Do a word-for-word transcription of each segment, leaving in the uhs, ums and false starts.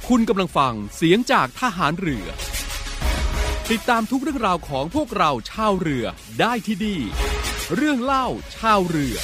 คุณกำลังฟังเสียงจากทหารเรือติดตามทุกเรื่องราวของพวกเราชาวเรือได้ที่นี่เรื่องเล่าชาวเรือ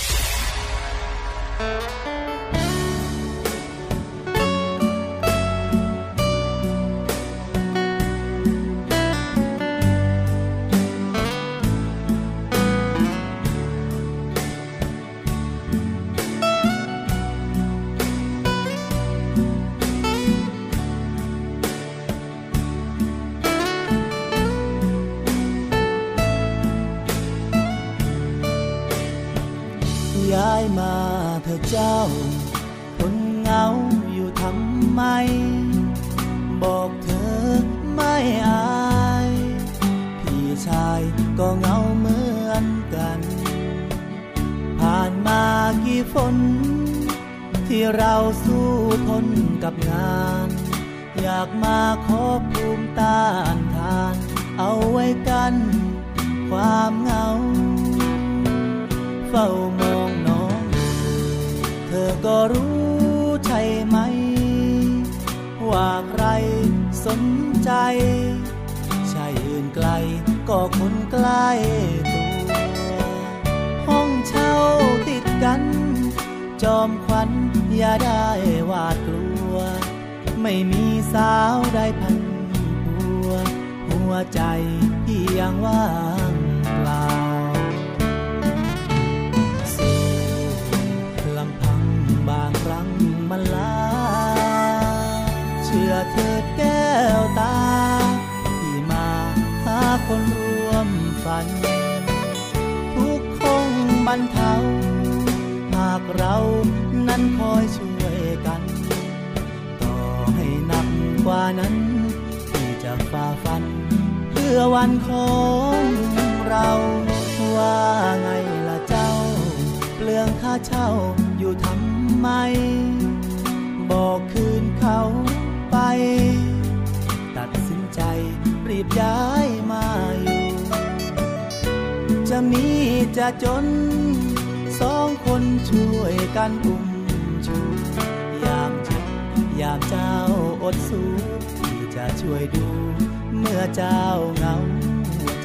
ย้ายมาเธอเจ้าคนเหงาอยู่ทำไมบอกเธอไม่อายพี่ชายก็เหงาเหมือนกันผ่านมากี่ฝนที่เราสู้ทนกับงานอยากมาขอภูมิต้านทานเอาไว้กันความเหงาเฝ้ามองน้องเธอก็รู้ใช่ไหมว่าใครสนใจใช่อื่นไกลก็คนใกล้ตัวห้องเช่าติดกันจอมขวัญอย่าได้หวาดกลัวไม่มีสาวได้พันหัวหัวใจที่ยังว่างเปล่าบางครั้งมันลาเชื่อเถิดแก้วตาที่มาหาคนร่วมฝันทุกคงบรรเทาหากเรานั้นคอยช่วยกันต่อให้หนักกว่านั้นที่จะฝ่าฟันเพื่อวันของเราว่าไงล่ะเจ้าเปลืองค่าเช่าอยู่ทำไมบอกคืนเขาไปตัดสินใจรีบย้ายมาอยู่จะมีจะจนสองคนช่วยกันอุ้มชูยามเจ็บยามเจ้าอดสู้ที่จะช่วยดูเมื่อเจ้าเหงาใจ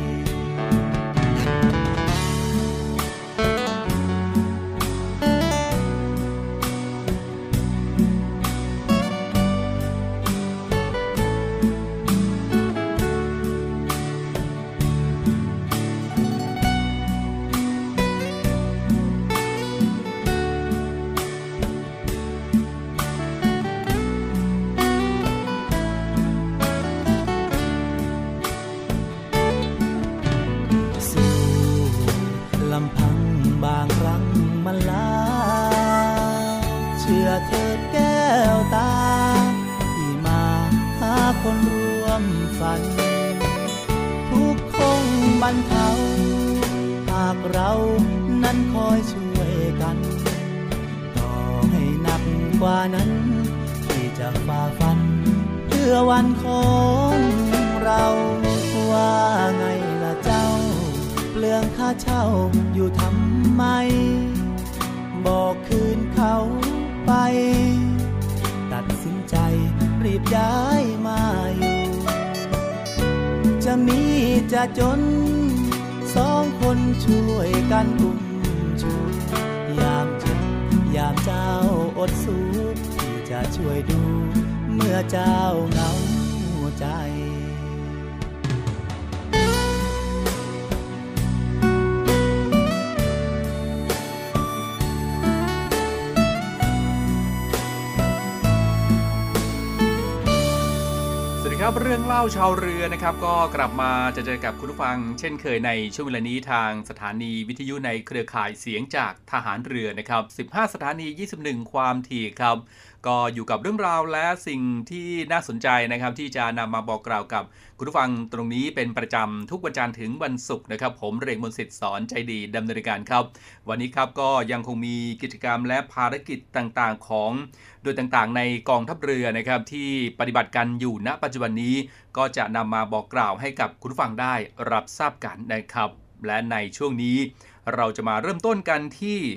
บางครั้งมันลาเชื่อเถิดแก้วตาที่มาหาคนร่วมฝันทุกคงบรรเทาหากเรานั้นคอยช่วยกันต่อให้หนักกว่านั้นที่จะฝ่าฟันเพื่อวันของเราว่าไงล่ะเจ้าเปลืองค่าเช่าอยู่ทำไมบอกคืนเขาไปตัดสินใจรีบย้ายมาอยู่จะมีจะจนสองคนช่วยกันอุ้มชูยามเจ็บยามเจ้าอดสู้ที่จะช่วยดูเมื่อเจ้าเหงาใจครับเรื่องเล่าชาวเรือนะครับก็กลับมาจะเจอกับคุณผู้ฟังเช่นเคยในช่วงเวลานี้ทางสถานีวิทยุในเครือข่ายเสียงจากทหารเรือนะครับสิบห้าสถานียี่สิบเอ็ดความถี่ครับก็อยู่กับเรื่องราวและสิ่งที่น่าสนใจนะครับที่จะนำมาบอกกล่าวกับคุณผู้ฟังตรงนี้เป็นประจำทุกวันจันทร์ถึงวันศุกร์นะครับผมเรกมนต์สิทธิ์สอนใจดีดำเนินการครับวันนี้ครับก็ยังคงมีกิจกรรมและภารกิจต่างๆของโดยต่างๆในกองทัพเรือนะครับที่ปฏิบัติกันอยู่ณปัจจุบันนี้ก็จะนำมาบอกกล่าวให้กับคุณผู้ฟังได้รับทราบกันนะครับและในช่วงนี้เราจะมาเริ่มต้นกันที่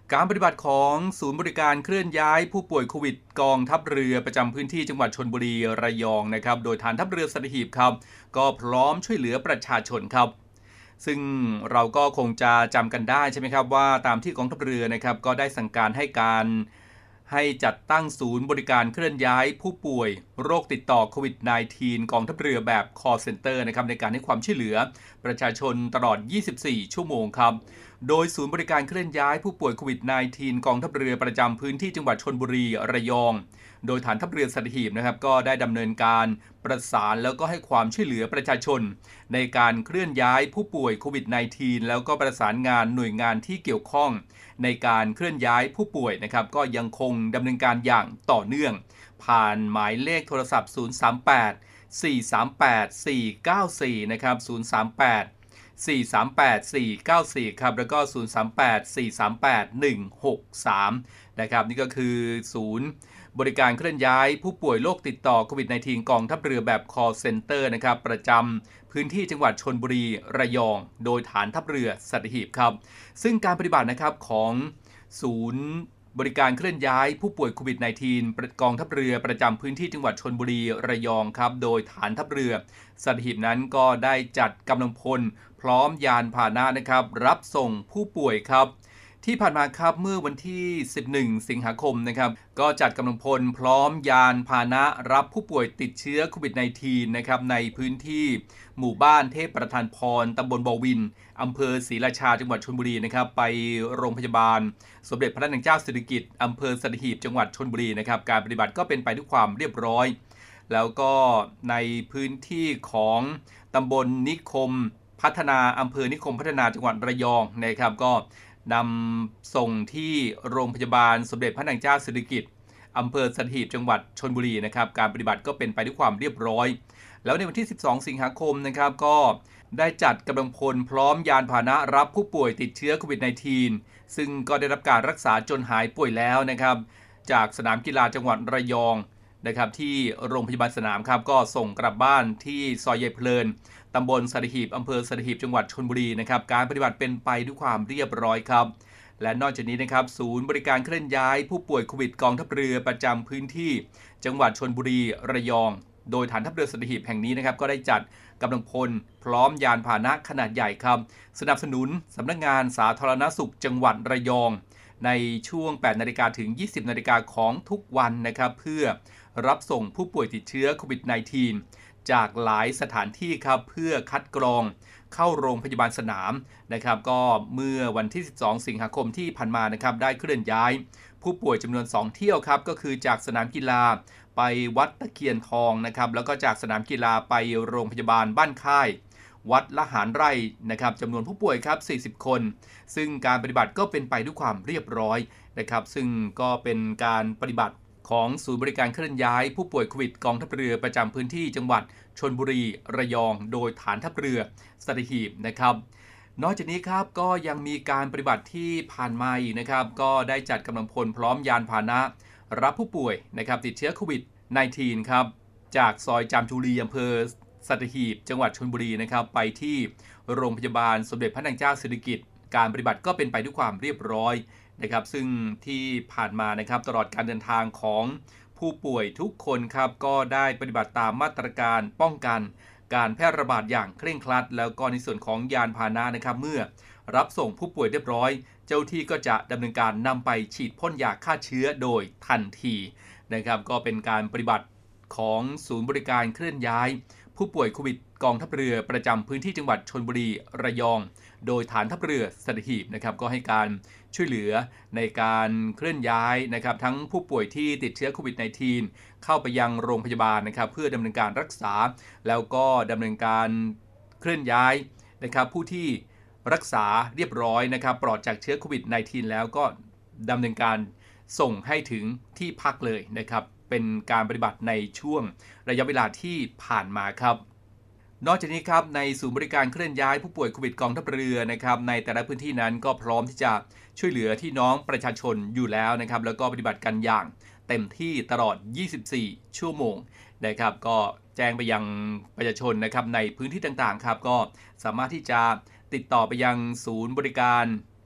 การปฏิบัติของศูนย์บริการเคลื่อนย้ายผู้ป่วยโควิดกองทัพเรือประจำพื้นที่จังหวัดชลบุรีระยองนะครับโดยฐานทัพเรือสัตหีบครับก็พร้อมช่วยเหลือประชาชนครับซึ่งเราก็คงจะจำกันได้ใช่ไหมครับว่าตามที่กองทัพเรือนะครับก็ได้สั่งการให้การให้จัดตั้งศูนย์บริการเคลื่อนย้ายผู้ป่วยโรคติดต่อโควิด สิบเก้า กองทัพเรือแบบ call center นะครับในการให้ความช่วยเหลือประชาชนตลอดยี่สิบสี่ชั่วโมงครับโดยศูนย์บริการเคลื่อนย้ายผู้ป่วยโควิด สิบเก้า กองทัพเรือประจำพื้นที่จังหวัดชลบุรีระยองโดยฐานทัพเรือสัตหีบนะครับก็ได้ดำเนินการประสานแล้วก็ให้ความช่วยเหลือประชาชนในการเคลื่อนย้ายผู้ป่วยโควิด สิบเก้า แล้วก็ประสานงานหน่วยงานที่เกี่ยวข้องในการเคลื่อนย้ายผู้ป่วยนะครับก็ยังคงดำเนินการอย่างต่อเนื่องผ่านหมายเลขโทรศัพท์ศูนย์ สาม แปด สี่ สาม แปด สี่ เก้า สี่นะครับศูนย์ สาม แปด สี่ สาม แปด สี่ เก้า สี่ครับแล้วก็ศูนย์ สาม แปด สี่ สาม แปด หนึ่ง หก สามนะครับนี่ก็คือศูนย์บริการเคลื่อนย้ายผู้ป่วยโรคติดต่อโควิด สิบเก้า กองทัพเรือแบบ call center นะครับประจำพื้นที่จังหวัดชลบุรีระยองโดยฐานทัพเรือสัตหีบครับซึ่งการปฏิบัตินะครับของศูนย์บริการเคลื่อนย้ายผู้ป่วยโควิด สิบเก้า กองทัพเรือประจำพื้นที่จังหวัดชลบุรีระยองครับโดยฐานทัพเรือสัตหีบนั้นก็ได้จัดกำลังพลพร้อมยานพาหนะนะครับรับส่งผู้ป่วยครับที่ผ่านมาครับเมื่อวันที่สิบเอ็ดสิงหาคมนะครับก็จัดกำลังพลพร้อมยานพาหนะรับผู้ป่วยติดเชื้อโควิด สิบเก้า นะครับในพื้นที่หมู่บ้านเทพประธานพรตำบลบ่อวินอำเภอศรีราชาจังหวัดชลบุรีนะครับไปโรงพยาบาลสมเด็จพระนางเจ้าสิริกิติ์อำเภอสัตหีบจังหวัดชลบุรีนะครับการปฏิบัติก็เป็นไปด้วยความเรียบร้อยแล้วก็ในพื้นที่ของตำบลนิคมพัฒนาอำเภอนิคมพัฒนาจังหวัดระยองนะครับก็นำส่งที่โรงพยาบาลสมเด็จพระนางเจ้าสิริกิติ์อำเภอสัตหีบจังหวัดชลบุรีนะครับการปฏิบัติก็เป็นไปด้วยความเรียบร้อยแล้วในวันที่สิบสองสิงหาคมนะครับก็ได้จัดกำลังพลพร้อมยานพาหนะรับผู้ป่วยติดเชื้อโควิด สิบเก้า ซึ่งก็ได้รับการรักษาจนหายป่วยแล้วนะครับจากสนามกีฬาจังหวัดระยองนะครับที่โรงพยาบาลสนามครับก็ส่งกลับบ้านที่ซอยใหญ่เพลินตำบลสัตหีบอำเภอสัตหีบจังหวัดชลบุรีนะครับการปฏิบัติเป็นไปด้วยความเรียบร้อยครับและนอกจากนี้นะครับศูนย์บริการเคลื่อนย้ายผู้ป่วยโควิดกองทัพเรือประจำพื้นที่จังหวัดชลบุรีระยองโดยฐานทัพเรือสัตหีบแห่งนี้นะครับก็ได้จัดกำลังพลพร้อมยานพาหนะขนาดใหญ่ครับสนับสนุนสำนักงานสาธารณสุขจังหวัดระยองในช่วง แปดนาฬิกา ถึง ยี่สิบนาฬิกาของทุกวันนะครับเพื่อรับส่งผู้ป่วยติดเชื้อโควิด สิบเก้า จากหลายสถานที่ครับเพื่อคัดกรองเข้าโรงพยาบาลสนามนะครับก็เมื่อวันที่สิบสองสิงหาคมที่ผ่านมานะครับได้เคลื่อนย้ายผู้ป่วยจำนวนสองเที่ยวครับก็คือจากสนามกีฬาไปวัดตะเคียนทองนะครับแล้วก็จากสนามกีฬาไปโรงพยาบาลบ้านค่ายวัดละหารไร่นะครับจำนวนผู้ป่วยครับสี่สิบคนซึ่งการปฏิบัติก็เป็นไปด้วยความเรียบร้อยนะครับซึ่งก็เป็นการปฏิบัติของศูนย์บริการเคลื่อนย้ายผู้ป่วยโควิดกองทัพเรือประจำพื้นที่จังหวัดชลบุรีระยองโดยฐานทัพเรือสัตหีบนะครับนอกจากนี้ครับก็ยังมีการปฏิบัติที่ผ่านมาอีกนะครับก็ได้จัดกำลังพลพร้อมยานพาหนะรับผู้ป่วยนะครับติดเชื้อโควิด สิบเก้า ครับจากซอยจามจุรีอำเภอสัตหีบจังหวัดชลบุรีนะครับไปที่โรงพยาบาลสมเด็จพระนางเจ้าสิริกิติ์การปฏิบัติก็เป็นไปด้วยความเรียบร้อยนะครับซึ่งที่ผ่านมานะครับตลอดการเดินทางของผู้ป่วยทุกคนครับก็ได้ปฏิบัติตามมาตรการป้องกันการแพร่ระบาดอย่างเคร่งครัดแล้วก็ในส่วนของยานพาหนะนะครับเมื่อรับส่งผู้ป่วยเรียบร้อยเจ้าที่ก็จะดำเนินการนำไปฉีดพ่นยาฆ่าเชื้อโดยทันทีนะครับก็เป็นการปฏิบัติของศูนย์บริการเคลื่อนย้ายผู้ป่วยโควิดกองทัพเรือประจำพื้นที่จังหวัดชลบุรีระยองโดยฐานทัพเรือสัตหีบนะครับก็ให้การช่วยเหลือในการเคลื่อนย้ายนะครับทั้งผู้ป่วยที่ติดเชื้อโควิด สิบเก้า เข้าไปยังโรงพยาบาลนะครับเพื่อดำเนินการรักษาแล้วก็ดำเนินการเคลื่อนย้ายนะครับผู้ที่รักษาเรียบร้อยนะครับปลอดจากเชื้อโควิด สิบเก้า แล้วก็ดำเนินการส่งให้ถึงที่พักเลยนะครับเป็นการปฏิบัติในช่วงระยะเวลาที่ผ่านมาครับนอกจากนี้ครับในศูนย์บริการเคลื่อนย้ายผู้ป่วยโควิดกองทัพเรือนะครับในแต่ละพื้นที่นั้นก็พร้อมที่จะช่วยเหลือที่น้องประชาชนอยู่แล้วนะครับแล้วก็ปฏิบัติกันอย่างเต็มที่ตลอดยี่สิบสี่ชั่วโมงนะครับก็แจ้งไปยังประชาชนนะครับในพื้นที่ต่างๆครับก็สามารถที่จะติดต่อไปยังศูนย์บริการเค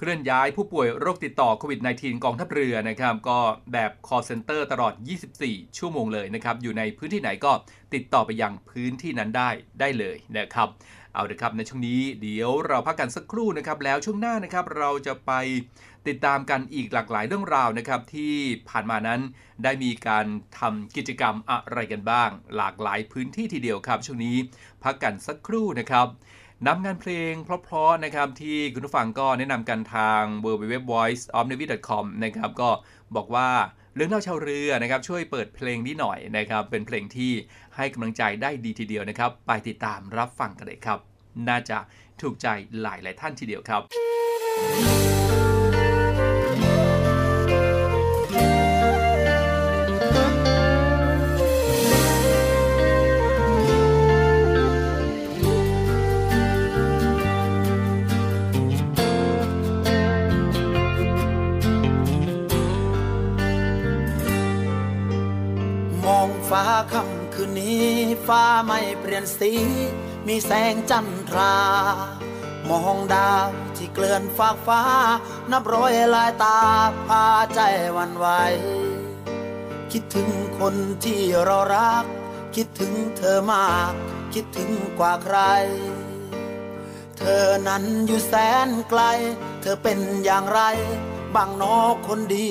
เคลื่อนย้ายผู้ป่วยโรคติดต่อโควิด สิบเก้า กองทัพเรือนะครับก็แบบ call center ตลอดยี่สิบสี่ชั่วโมงเลยนะครับอยู่ในพื้นที่ไหนก็ติดต่อไปยังพื้นที่นั้นได้ได้เลยนะครับเอาละครับในช่วงนี้เดี๋ยวเราพักกันสักครู่นะครับแล้วช่วงหน้านะครับเราจะไปติดตามกันอีกหลากหลายเรื่องราวนะครับที่ผ่านมานั้นได้มีการทำกิจกรรมอะไรกันบ้างหลากหลายพื้นที่ทีเดียวครับช่วงนี้พักกันสักครู่นะครับนำงานเพลงเพราะๆนะครับที่คุณผู้ฟังก็แนะนำกันทาง ดับเบิลยู ดับเบิลยู ดับเบิลยู ดอท voice of navy ดอท com นะครับก็บอกว่าเรื่องเล่าชาวเรือนะครับช่วยเปิดเพลงนี้หน่อยนะครับเป็นเพลงที่ให้กำลังใจได้ดีทีเดียวนะครับไปติดตามรับฟังกันเลยครับน่าจะถูกใจหลายหลายท่านทีเดียวครับมองฟ้าค่ำคืนนี้ฟ้าไม่เปลี่ยนสีมีแสงจันทรามองดาวที่เกลื่อนฟากฟ้านับร้อยลายตาพาใจหวั่นไหวคิดถึงคนที่เรารักคิดถึงเธอมากคิดถึงกว่าใครเธอนั้นอยู่แสนไกลเธอเป็นอย่างไรบ้างน้อคนดี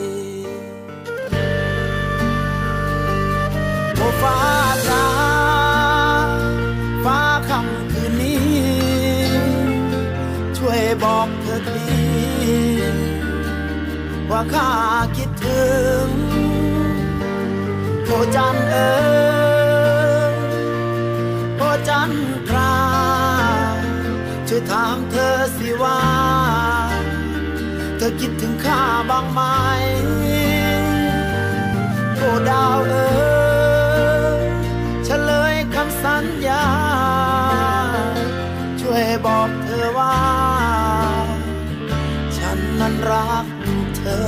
โอ้ฟ้าจ้าฟ้าค่ำคืนนี้ช่วยบอกเธอทีว่าข้าคิดถึงโอ้จันเอ๋ยโอ้จันทราช่วยถามเธอสิว่าเธอคิดถึงข้าบ้างไหมโอ้ดาวเอ๋ยเฉลยคำสัญญาช่วยบอกเธอว่าฉันนั้นรักเธอ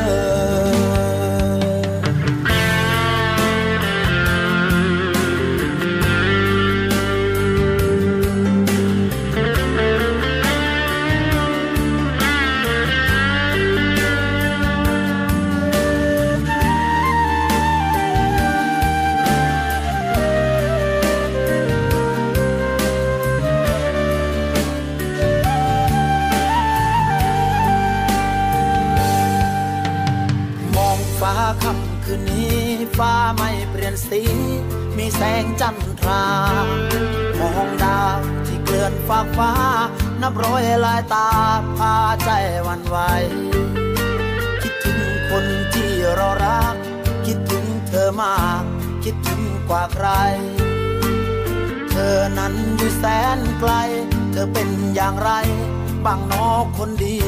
ค่ำคืนนี้ฟ้าไม่เปลี่ยนสีมีแสงจันทรามองดาวที่เกลื่อนฟากฟ้านับร้อยลายตาพาใจหวั่นไหวคิดถึงคนที่เรารักคิดถึงเธอมากคิดถึงกว่าใครเธอนั้นอยู่แสนไกลเธอเป็นอย่างไรบ้างน้อคนดี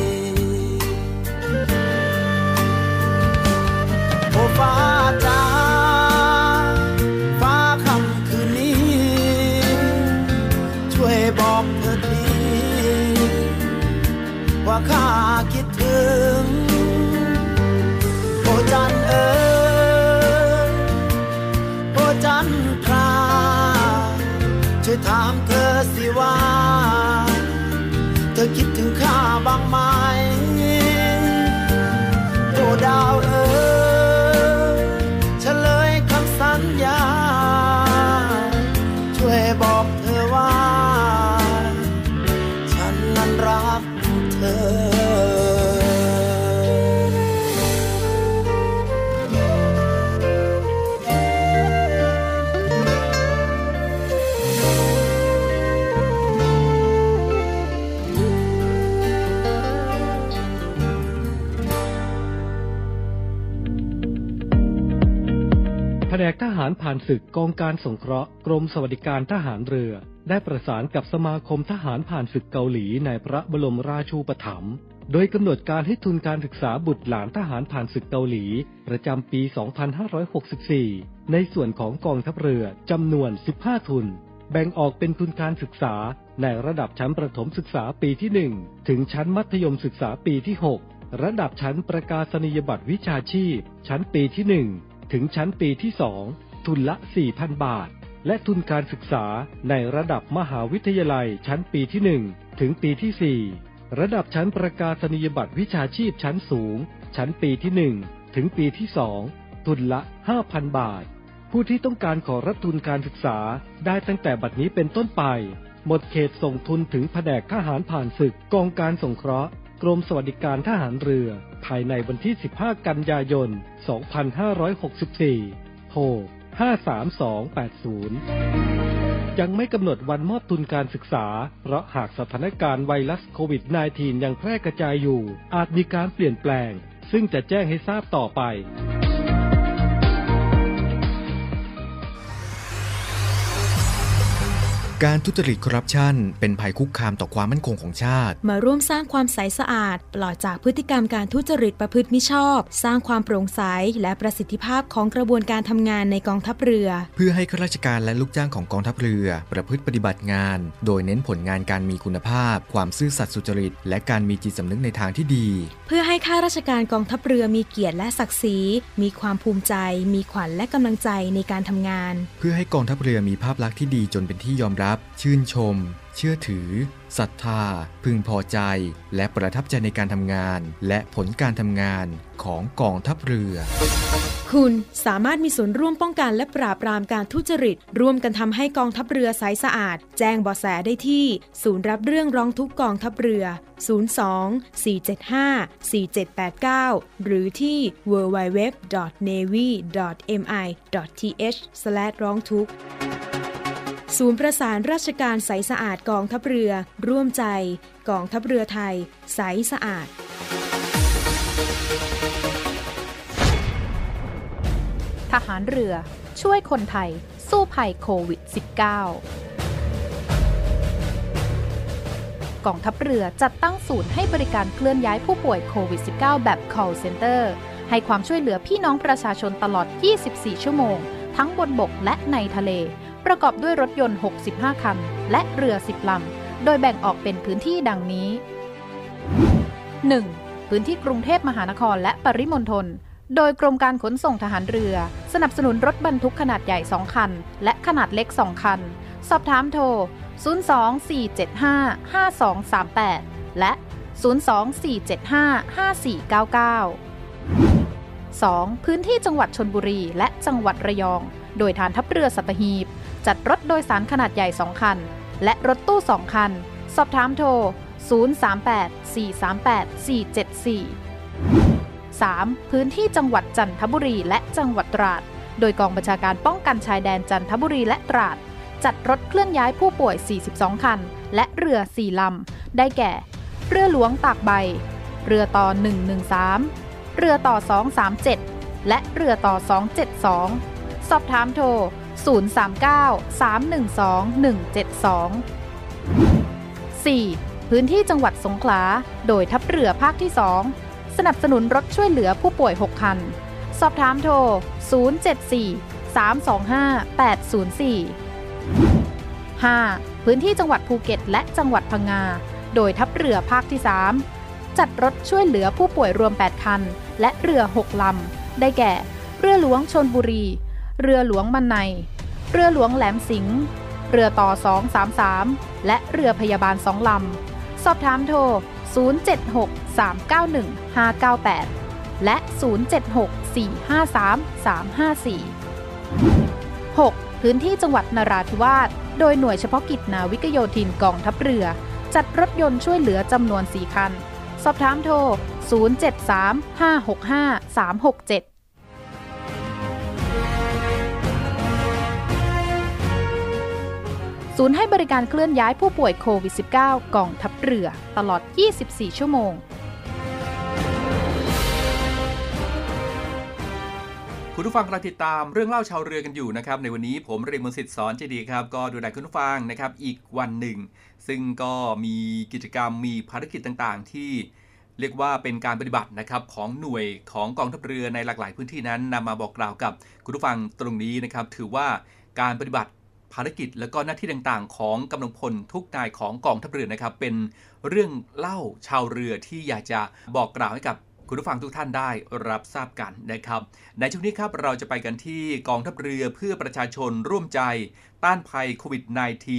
โอ้ฟ้าจ้าฟ้าค่ำคืนนี้ช่วยบอกเธอทีว่าข้าคิดถึงโอ้จันเอ๋ยโอ้จันทราช่วยถามเธอสิว่าเธอคิดถึงข้าบ้างไหมโอ้ดาวเอ๋ยเฉลยคำสัญญาช่วยบอกเธอว่าฉันนั้นรักเธอแผนกทหารผ่านศึกกองการสงเคราะห์กรมสวัสดิการทหารเรือได้ประสานกับสมาคมทหารผ่านศึกเกาหลีในพระบรมราชูปถัมภ์โดยกำหนดการให้ทุนการศึกษาบุตรหลานทหารผ่านศึกเกาหลีประจำปี สองพันห้าร้อยหกสิบสี่ ในส่วนของกองทัพเรือจำนวน สิบห้า ทุนแบ่งออกเป็นทุนการศึกษาในระดับชั้นประถมศึกษาปีที่ หนึ่ง ถึงชั้นมัธยมศึกษาปีที่ หก ระดับชั้นประกาศนียบัตรวิชาชีพชั้นปีที่ หนึ่ง ถึงชั้นปีที่ สอง ทุนละ สี่พัน บาทและทุนการศึกษาในระดับมหาวิทยาลัยชั้นปีที่ หนึ่ง ถึงปีที่ สี่ระดับชั้นประกาศนียบัตรวิชาชีพชั้นสูงชั้นปีที่หนึ่งถึงปีที่สองทุนละ ห้าพัน บาทผู้ที่ต้องการขอรับทุนการศึกษาได้ตั้งแต่บัดนี้เป็นต้นไปหมดเขตส่งทุนถึงแผนกทหารผ่านศึกกองการสงเคราะห์กรมสวัสดิการทหารเรือภายในวันที่สิบห้ากันยายนสองพันห้าร้อยหกสิบสี่โทรห้า สาม สอง แปด ศูนย์ยังไม่กำหนดวันมอบทุนการศึกษาเพราะหากสถานการณ์ไวรัสโควิด สิบเก้า ยังแพร่กระจายอยู่อาจมีการเปลี่ยนแปลงซึ่งจะแจ้งให้ทราบต่อไปการทุจริตคอร์รัปชันเป็นภัยคุกคามต่อความมั่นคงของชาติมาร่วมสร้างความใสสะอาดปลอดจากพฤติกรรมการทุจริตประพฤติมิชอบสร้างความโปร่งใสและประสิทธิภาพของกระบวนการทำงานในกองทัพเรือเพื่อให้ข้าราชการและลูกจ้างของกองทัพเรือประพฤติปฏิบัติงานโดยเน้นผลงานการมีคุณภาพความซื่อสัตย์สุจริตและการมีจิตสำนึกในทางที่ดีเพื่อให้ข้าราชการกองทัพเรือมีเกียรติและศักดิ์ศรีมีความภูมิใจมีขวัญและกำลังใจในการทำงานเพื่อให้กองทัพเรือมีภาพลักษณ์ที่ดีจนเป็นที่ยอมรับชื่นชมเชื่อถือศรัทธาพึงพอใจและประทับใจในการทำงานและผลการทำงานของกองทัพเรือคุณสามารถมีส่วนร่วมป้องกันและปราบปรามการทุจริตร่วมกันทำให้กองทัพเรือใสสะอาดแจ้งเบาะแสได้ที่ศูนย์รับเรื่องร้องทุกข์กองทัพเรือศูนย์ สอง สี่ เจ็ด ห้า สี่ เจ็ด แปด เก้าหรือที่ ดับเบิลยู ดับเบิลยู ดับเบิลยู ดอท เนวี ดอท เอ็ม ไอ ดอท ที เอช สแลช ร้องทุกข์ศูนย์ประสานราชการใสสะอาดกองทัพเรือร่วมใจกองทัพเรือไทยใสสะอาดทหารเรือช่วยคนไทยสู้ภัยโควิด สิบเก้า กองทัพเรือจัดตั้งศูนย์ให้บริการเคลื่อนย้ายผู้ป่วยโควิด สิบเก้า แบบ call center ให้ความช่วยเหลือพี่น้องประชาชนตลอด ยี่สิบสี่ ชั่วโมงทั้งบนบกและในทะเลประกอบด้วยรถยนต์ หกสิบห้า คันและเรือ สิบ ลำโดยแบ่งออกเป็นพื้นที่ดังนี้ หนึ่ง พื้นที่กรุงเทพมหานครและปริมณฑลโดยกรมการขนส่งทหารเรือสนับสนุนรถบรรทุกขนาดใหญ่ สอง คันและขนาดเล็ก สอง คันสอบถามโทร ศูนย์ สอง สี่ เจ็ด ห้า ห้า สอง สาม แปด และ ศูนย์ สอง สี่ เจ็ด ห้า ห้า สี่ เก้า เก้า สอง พื้นที่จังหวัดชลบุรีและจังหวัดระยองโดยฐานทัพเรือสัตหีบจัดรถโดยสารขนาดใหญ่ สอง คันและรถตู้ สอง คันสอบถามโทร ศูนย์ สาม แปด สี่ สาม แปด สี่ เจ็ด สี่ สาม พื้นที่จังหวัดจันทบุรีและจังหวัดตราดโดยกองบัญชาการป้องกันชายแดนจันทบุรีและตราดจัดรถเคลื่อนย้ายผู้ป่วย สี่สิบสอง คันและเรือ สี่ ลำได้แก่เรือหลวงตากใบเรือต่อ หนึ่ง หนึ่ง สาม เรือต่อ สอง สาม เจ็ด และเรือต่อ สอง เจ็ด สอง สอบถามโทร ศูนย์ สาม เก้า สาม หนึ่ง สอง หนึ่ง เจ็ด สอง สี่ พื้นที่จังหวัดสงขลาโดยทัพเรือภาคที่ สองสนับสนุนรถช่วยเหลือผู้ป่วย หก คันสอบถามโทร ศูนย์ เจ็ด สี่ สาม สอง ห้า แปด ศูนย์ สี่ ห้า พื้นที่จังหวัดภูเก็ตและจังหวัดพังงาโดยทัพเรือภาคที่ สามจัดรถช่วยเหลือผู้ป่วยรวม แปด คันและเรือ หก ลำได้แก่เรือหลวงชลบุรีเรือหลวงมันในเรือหลวงแหลมสิงห์เรือต่อ สอง สาม สาม และเรือพยาบาล สอง ลำสอบถามโทร ศูนย์ เจ็ด หก สาม เก้า หนึ่ง ห้า เก้า แปด และ ศูนย์ เจ็ด หก สี่ ห้า สาม สาม ห้า สี่ หก พื้นที่จังหวัดนราธิวาสโดยหน่วยเฉพาะกิจนาวิกโยธินกองทัพเรือจัดรถยนต์ช่วยเหลือจำนวน สี่ คันสอบถามโทร ศูนย์ เจ็ด สาม ห้า หก ห้า สาม หก เจ็ดศูนย์ให้บริการเคลื่อนย้ายผู้ป่วยโควิด สิบเก้า กองทัพเรือตลอด ยี่สิบสี่ ชั่วโมงคุณผู้ฟังกำลังติดตามเรื่องเล่าชาวเรือกันอยู่นะครับในวันนี้ผมเรมอนสิทธิ์สอนเจดีครับก็ดูแลคุณผู้ฟังนะครับอีกวันหนึ่งซึ่งก็มีกิจกรรมมีภารกิจต่างๆที่เรียกว่าเป็นการปฏิบัตินะครับของหน่วยของกองทัพเรือในหลากหลายพื้นที่นั้นนำมาบอกกล่าวกับคุณผู้ฟังตรงนี้นะครับถือว่าการปฏิบัติภารกิจและก็หน้าที่ต่างๆของกำลังพลทุกนายของกองทัพเรือนะครับเป็นเรื่องเล่าชาวเรือที่อยากจะบอกกล่าวให้กับคุณผู้ฟังทุกท่านได้รับทราบกันนะครับในช่วงนี้ครับเราจะไปกันที่กองทัพเรือเพื่อประชาชนร่วมใจต้านภัยโควิด สิบเก้า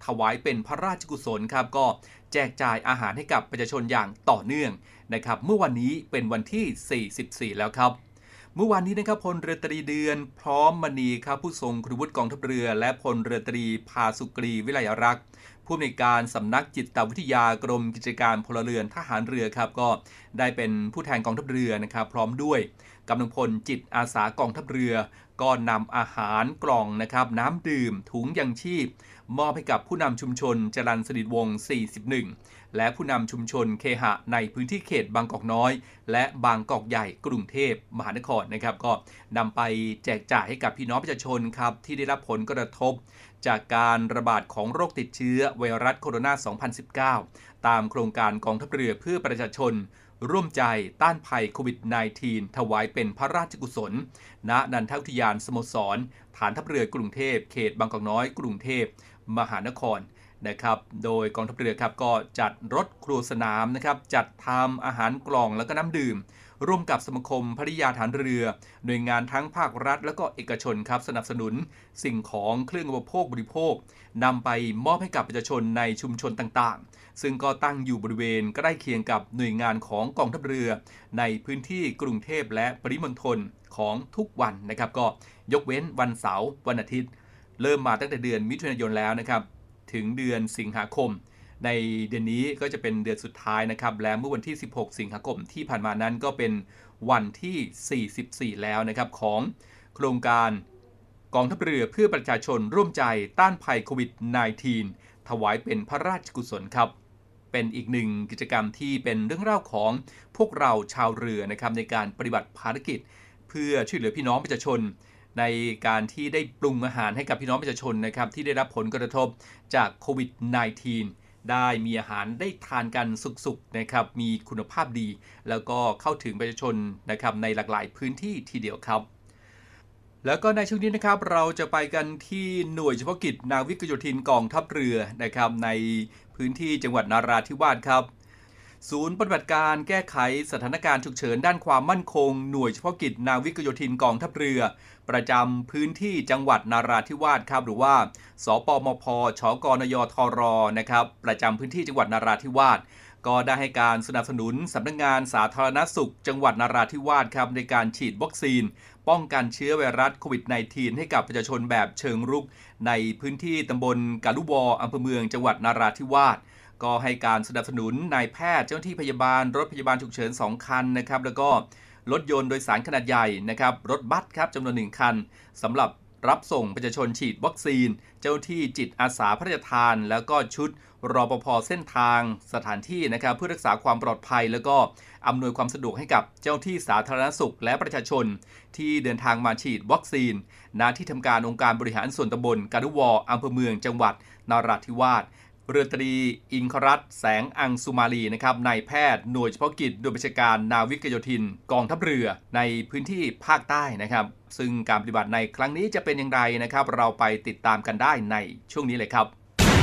ถวายเป็นพระราชกุศลครับก็แจกจ่ายอาหารให้กับประชาชนอย่างต่อเนื่องนะครับเมื่อวันนี้เป็นวันที่สี่สิบสี่แล้วครับเมื่อวานนี้นะครับพลเรือตรีเดือนพร้อมมณีครับผู้ทรงคุณวุฒิกองทัพเรือและพลเรือตรีภาสุกรีวิไลรักษ์ผู้อำนวยการสำนักจิตวิทยากรมกิจการพลเรือนทหารเรือครับก็ได้เป็นผู้แทนกองทัพเรือนะครับพร้อมด้วยกำลังพลจิตอาสากองทัพเรือก็นำอาหารกล่องนะครับน้ำดื่มถุงยังชีพมอบให้กับผู้นำชุมชนจรัญสนิทวงศ์สี่สิบเอ็ดและผู้นำชุมชนเคหะในพื้นที่เขตบางกอกน้อยและบางกอกใหญ่กรุงเทพมหานครนะครับก็นำไปแจกจ่ายให้กับพี่น้องประชาชนครับที่ได้รับผลกระทบจากการระบาดของโรคติดเชื้อไวรัสโคโรนา สองพันสิบเก้า ตามโครงการกองทัพเรือเพื่อประชาชนร่วมใจต้านภัยโควิด สิบเก้า ถวายเป็นพระราชกุศลณนันทอุทยานสโมสรฐานทัพเรือกรุงเทพเขตบางกอกน้อยกรุงเทพมหานครนะครับโดยกองทัพเรือครับก็จัดรถครัวสนามนะครับจัดทำอาหารกล่องแล้วก็น้ำดื่มร่วมกับสมาคมภริยาฐานเรือหน่วยงานทั้งภาครัฐและก็เอกชนครับสนับสนุนสิ่งของเครื่องอุปโภคบริโภคนำไปมอบให้กับประชาชนในชุมชนต่างๆซึ่งก็ตั้งอยู่บริเวณใกล้เคียงกับหน่วยงานของกองทัพเรือในพื้นที่กรุงเทพและปริมณฑลของทุกวันนะครับก็ยกเว้นวันเสาร์วันอาทิตย์เริ่มมาตั้งแต่เดือนมิถุนายนแล้วนะครับถึงเดือนสิงหาคมในเดือนนี้ก็จะเป็นเดือนสุดท้ายนะครับและเมื่อวันที่สิบหกสิงหาคมที่ผ่านมานั้นก็เป็นวันที่สี่สิบสี่แล้วนะครับของโครงการกองทัพเรือเพื่อประชาชนร่วมใจต้านภัยโควิด สิบเก้า ถวายเป็นพระราชกุศลครับเป็นอีกหนึ่งกิจกรรมที่เป็นเรื่องเล่าของพวกเราชาวเรือนะครับในการปฏิบัติภารกิจเพื่อช่วยเหลือพี่น้องประชาชนในการที่ได้ปรุงอาหารให้กับพี่น้องประชาชนนะครับที่ได้รับผลกระทบจากโควิด สิบเก้า ได้มีอาหารได้ทานกันสุกๆนะครับมีคุณภาพดีแล้วก็เข้าถึงประชาชนนะครับในหลากหลายพื้นที่ทีเดียวครับแล้วก็ในช่วงนี้นะครับเราจะไปกันที่หน่วยเฉพาะกิจนาวิกโยธินกองทัพเรือนะครับในพื้นที่จังหวัดนราธิวาสครับศูนย์ปฏิบัติการแก้ไขสถานการณ์ฉุกเฉินด้านความมั่นคงหน่วยเฉพาะกิจนาวิกโยธินกองทัพเรือประจำพื้นที่จังหวัดนราธิวาสครับหรือว่าสปมพชกนยทรนะครับประจำพื้นที่จังหวัดนราธิวาสก็ได้ให้การสนับสนุนสำนักงานสาธารณสุขจังหวัดนราธิวาสครับในการฉีดวัคซีนป้องกันเชื้อไวรัสโควิด สิบเก้า ให้กับประชาชนแบบเชิงรุกในพื้นที่ตำบลกาลุวออำเภอเมืองจังหวัดนราธิวาสก็ให้การสนับสนุนนายแพทย์เจ้าหน้าที่พยาบาลรถพยาบาลฉุกเฉินสองคันนะครับแล้วก็รถยนต์โดยสารขนาดใหญ่นะครับรถบัสครับจำนวนหนึ่งคันสำหรับรับส่งประชาชนฉีดวัคซีนเจ้าหน้าที่จิตอาสาพระราชทานแล้วก็ชุดรปภเส้นทางสถานที่นะครับเพื่อรักษาความปลอดภัยแล้วก็อำนวยความสะดวกให้กับเจ้าหน้าที่สาธารณสุขและประชาชนที่เดินทางมาฉีดวัคซีนณที่ทำการองค์การบริหารส่วนตำบลกาลุวออำเภอเมืองจังหวัดนราธิวาสเรือตรีอินครัตน์แสงอังสุมาลีนะครับนายแพทย์หน่วยเฉพาะกิจโดยบัญชาการนาวิกโยธินกองทัพเรือในพื้นที่ภาคใต้นะครับซึ่งการปฏิบัติในครั้งนี้จะเป็นอย่างไรนะครับเราไปติดตามกันได้ในช่วงนี้เลยครับ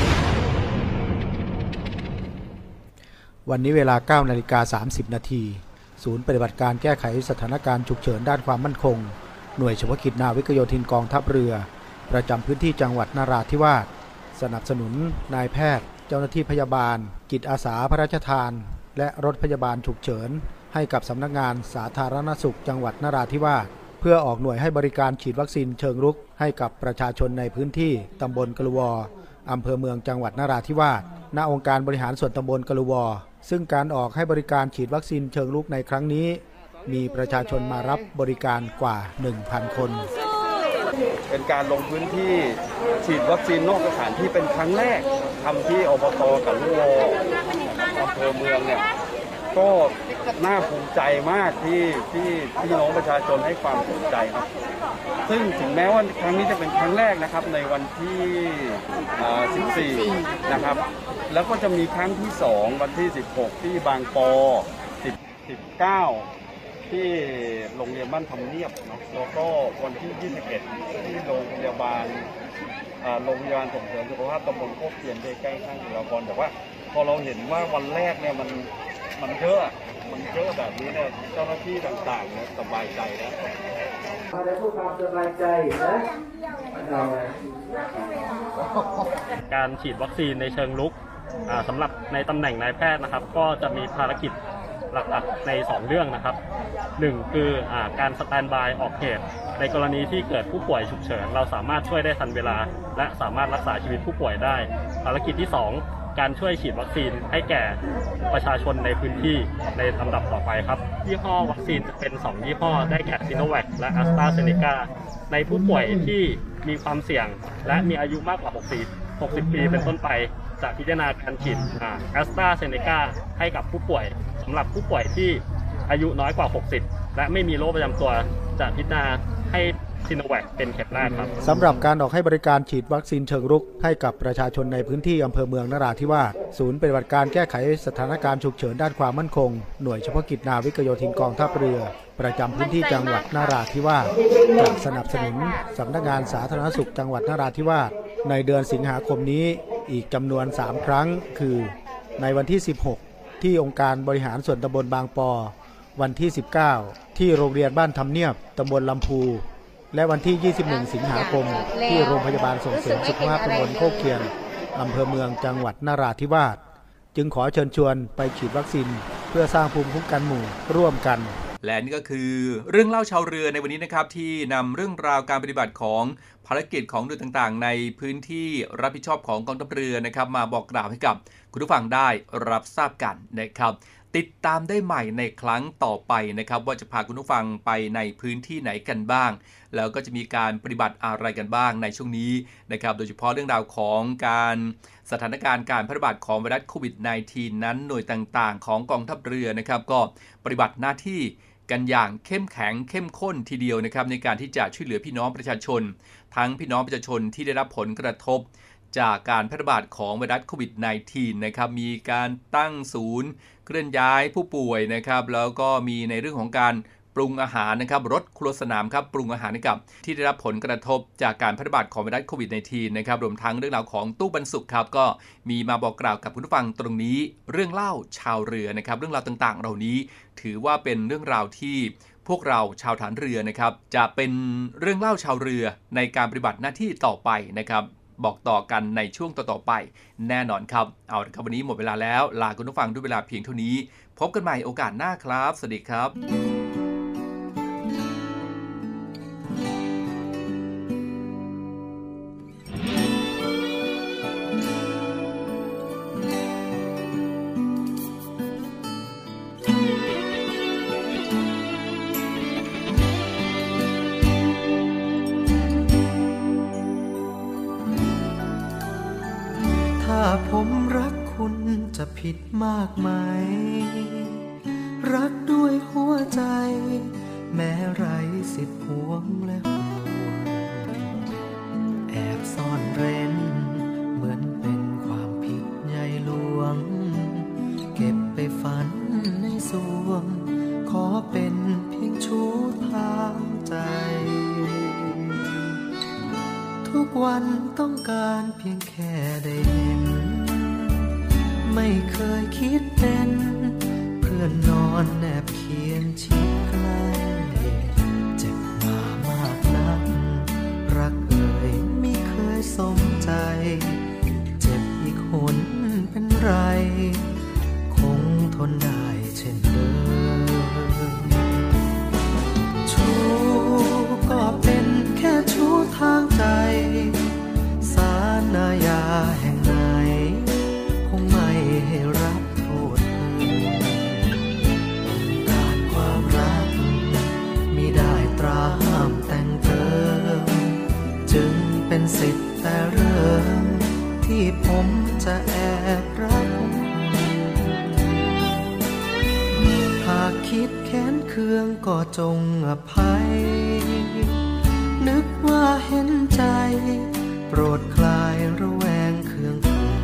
วันนี้เวลา เก้านาฬิกาสามสิบนาทีศูนย์ปฏิบัติการแก้ไขสถานการณ์ฉุกเฉินด้านความมั่นคงหน่วยเฉพาะกิจนาวิกโยธินกองทัพเรือประจำพื้นที่จังหวัดนราธิวาสสนับสนุนนายแพทย์เจ้าหน้าที่พยาบาลจิตอาสาพระราชทานและรถพยาบาลฉุกเฉินให้กับสำนักงานสาธารณสุขจังหวัดนราธิวาสเพื่อออกหน่วยให้บริการฉีดวัคซีนเชิงรุกให้กับประชาชนในพื้นที่ตำบลกะลุวออำเภอเมืองจังหวัดนราธิวาสณองค์การบริหารส่วนตำบลกะลุวอซึ่งการออกให้บริการฉีดวัคซีนเชิงรุกในครั้งนี้มีประชาชนมารับบริการกว่า หนึ่งพัน คนเป็นการลงพื้นที่ฉีดวัคซีนนอกสถานที่เป็นครั้งแรกทำที่อบต.กะลุวออำเภอเมืองเนี่ยก็น่าภูมิใจมากที่ที่พี่น้องประชาชนให้ความสนใจครับซึ่งถึงแม้ว่าครั้งนี้จะเป็นครั้งแรกนะครับในวันที่สิบสี่นะครับแล้วก็จะมีครั้งที่สองวันที่สิบหกที่บางปอสิบ สิบเก้าที่โรงเรียนบ้านทำเนียบเนาะแล้วก็วันที่ยี่สิบเอ็ดที่โรงพยาบาลโรงพยาบาลส่งเสริมสุขภาพตำบลโคกเทียนใกล้ๆข้างจุฬาภรณ์แต่ว่าพอเราเห็นว่าวันแรกเนี่ยมันมันเยอะมันเยอะแบบนี้เนี่ยเจ้าหน้าที่ต่างๆเนี่ยสบายใจแล้วมาได้ผู้ความสบายใจนะการฉีดวัคซีนในเชิงรุกสำหรับในตำแหน่งนายแพทย์นะครับก็จะมีภารกิจหลักๆในสองเรื่องนะครับหนึ่งคืออาการสแตนด์บายออกเหตุในกรณีที่เกิดผู้ป่วยฉุกเฉินเราสามารถช่วยได้ทันเวลาและสามารถรักษาชีวิตผู้ป่วยได้ภารกิจที่สองการช่วยฉีดวัคซีนให้แก่ประชาชนในพื้นที่ในลำดับต่อไปครับยี่ห้อวัคซีนจะเป็นสองยี่ห้อได้แก่ซิโนแวคและแอสตราเซเนกาในผู้ป่วยที่มีความเสี่ยงและมีอายุมากกว่าหกสิบ หกสิบปีเป็นต้นไปจะพิจารณาการฉีดแอสตราเซเนกาให้กับผู้ป่วยสำหรับผู้ป่วยที่อายุน้อยกว่าหกสิบและไม่มีโรคประจำตัวจะพิจารณาให้ซิโนแวคเป็นเข็มแรกครับสำหรับการออกให้บริการฉีดวัคซีนเชิงรุกให้กับประชาชนในพื้นที่อำเภอเมืองนราธิวาสศูนย์ปฏิบัติการแก้ไขสถานการณ์ฉุกเฉินด้านความมั่นคงหน่วยเฉพาะกิจนาวิกโยธินกองทัพเรือประจำพื้นที่จังหวัดนราธิวาสจะสนับสนุนสำนักงานสาธารณสุขจังหวัดนราธิวาสในเดือนสิงหาคมนี้อีกจำนวนสามครั้งคือในวันที่สิบหกที่องค์การบริหารส่วนตำบลบางปอวันที่สิบเก้าที่โรงเรียนบ้านทำเนียบตำบลลำพูและวันที่ยี่สิบเอ็ดสิงหาคมที่โรงพยาบาลส่งเสริมสุขภาพตำบลโคกเคียนอำเภอเมืองจังหวัดนราธิวาสจึงขอเชิญชวนไปฉีดวัคซีนเพื่อสร้างภูมิคุ้มกันหมู่ร่วมกันและนี่ก็คือเรื่องเล่าชาวเรือในวันนี้นะครับที่นำเรื่องราวการปฏิบัติของภารกิจของหน่วยต่างๆในพื้นที่รับผิดชอบของกองทัพเรือนะครับมาบอกกล่าวให้กับคุณผู้ฟังได้รับทราบกันนะครับติดตามได้ใหม่ในครั้งต่อไปนะครับว่าจะพาคุณผู้ฟังไปในพื้นที่ไหนกันบ้างแล้วก็จะมีการปฏิบัติอะไรกันบ้างในช่วงนี้นะครับโดยเฉพาะเรื่องราวของการสถานการณ์การแพร่ระบาดของไวรัสโควิด สิบเก้า นั้นหน่วยต่างๆของกองทัพเรือนะครับก็ปฏิบัติหน้าที่กันอย่างเข้มแข็งเข้มข้นทีเดียวนะครับในการที่จะช่วยเหลือพี่น้องประชาชนทั้งพี่น้องประชาชนที่ได้รับผลกระทบจากการแพร่ระบาดของไวรัสโควิด สิบเก้า นะครับมีการตั้งศูนย์เคลื่อนย้ายผู้ป่วยนะครับแล้วก็มีในเรื่องของการปรุงอาหารนะครับรถครัวสนามครับปรุงอาหารให้กับที่ได้รับผลกระทบจากการแพร่ระบาดของไวรัสโควิด สิบเก้า นะครับรวมทั้งเรื่องราวของตู้บรรจุครับก็มีมาบอกกล่าวกับคุณผู้ฟังตรงนี้เรื่องเล่าชาวเรือนะครับเรื่องราวต่างๆเหล่านี้ถือว่าเป็นเรื่องราวที่พวกเราชาวฐานเรือนะครับจะเป็นเรื่องเล่าชาวเรือในการปฏิบัติหน้าที่ต่อไปนะครับบอกต่อกันในช่วงต่อๆไปแน่นอนครับเอาละครับวันนี้หมดเวลาแล้วลาคุณผู้ฟังด้วยเวลาเพียงเท่านี้พบกันใหม่โอกาสหน้าครับสวัสดีครับถ้าผมรักคุณจะผิดมากไหมรักด้วยหัวใจแม้ไร้สิทธิ์ห่วงและห่วงแอบซ่อนเร้นเหมือนเป็นความผิดใหญ่หลวงเก็บไปฝันในสวงขอเป็นเพียงชู้ทางใจทุกวันต้องการเพียงแค่ได้เห็นไม่เคยคิดเป็นเพื่อนนอนแนบเคียงชิดใกล้เจ็บมามากนักรักเอ่ยไม่เคยสมใจเจ็บอีกหนเป็นไรคงทนได้เช่นเดิมชู้ก็เป็นแค่ชู้ทางใจศาลอาญาแห่งไหนคงไม่ให้รับโทษการความรักมิได้ตราห้ามแต่งเติมจึงเป็นสิทธิ์แต่เริ่มที่ผมจะแอบรักหากคิดแค้นเคืองก็จงอภัยนึกว่าเห็นใจโปรดคลายระแวงเคืองขุ่น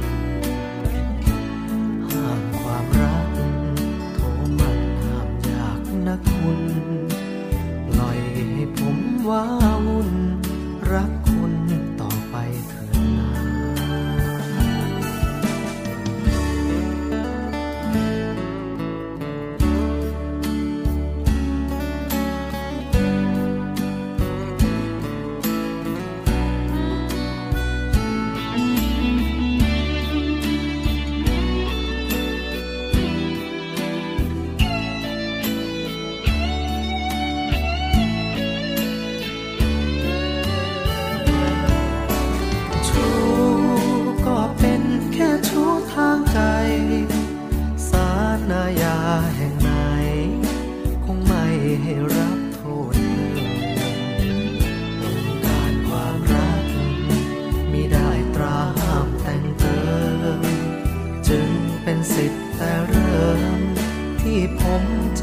ห้ามความรักโทมันห้ามยากนักคุณปล่อยให้ผมว้าวุ่นรักคุณต่อไปเถิดนา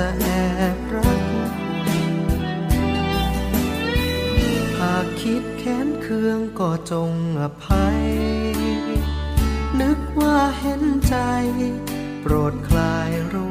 จะแอบรักหากคิดแค้นเคืองก็จงอภัยนึกว่าเห็นใจโปรดคลายรู้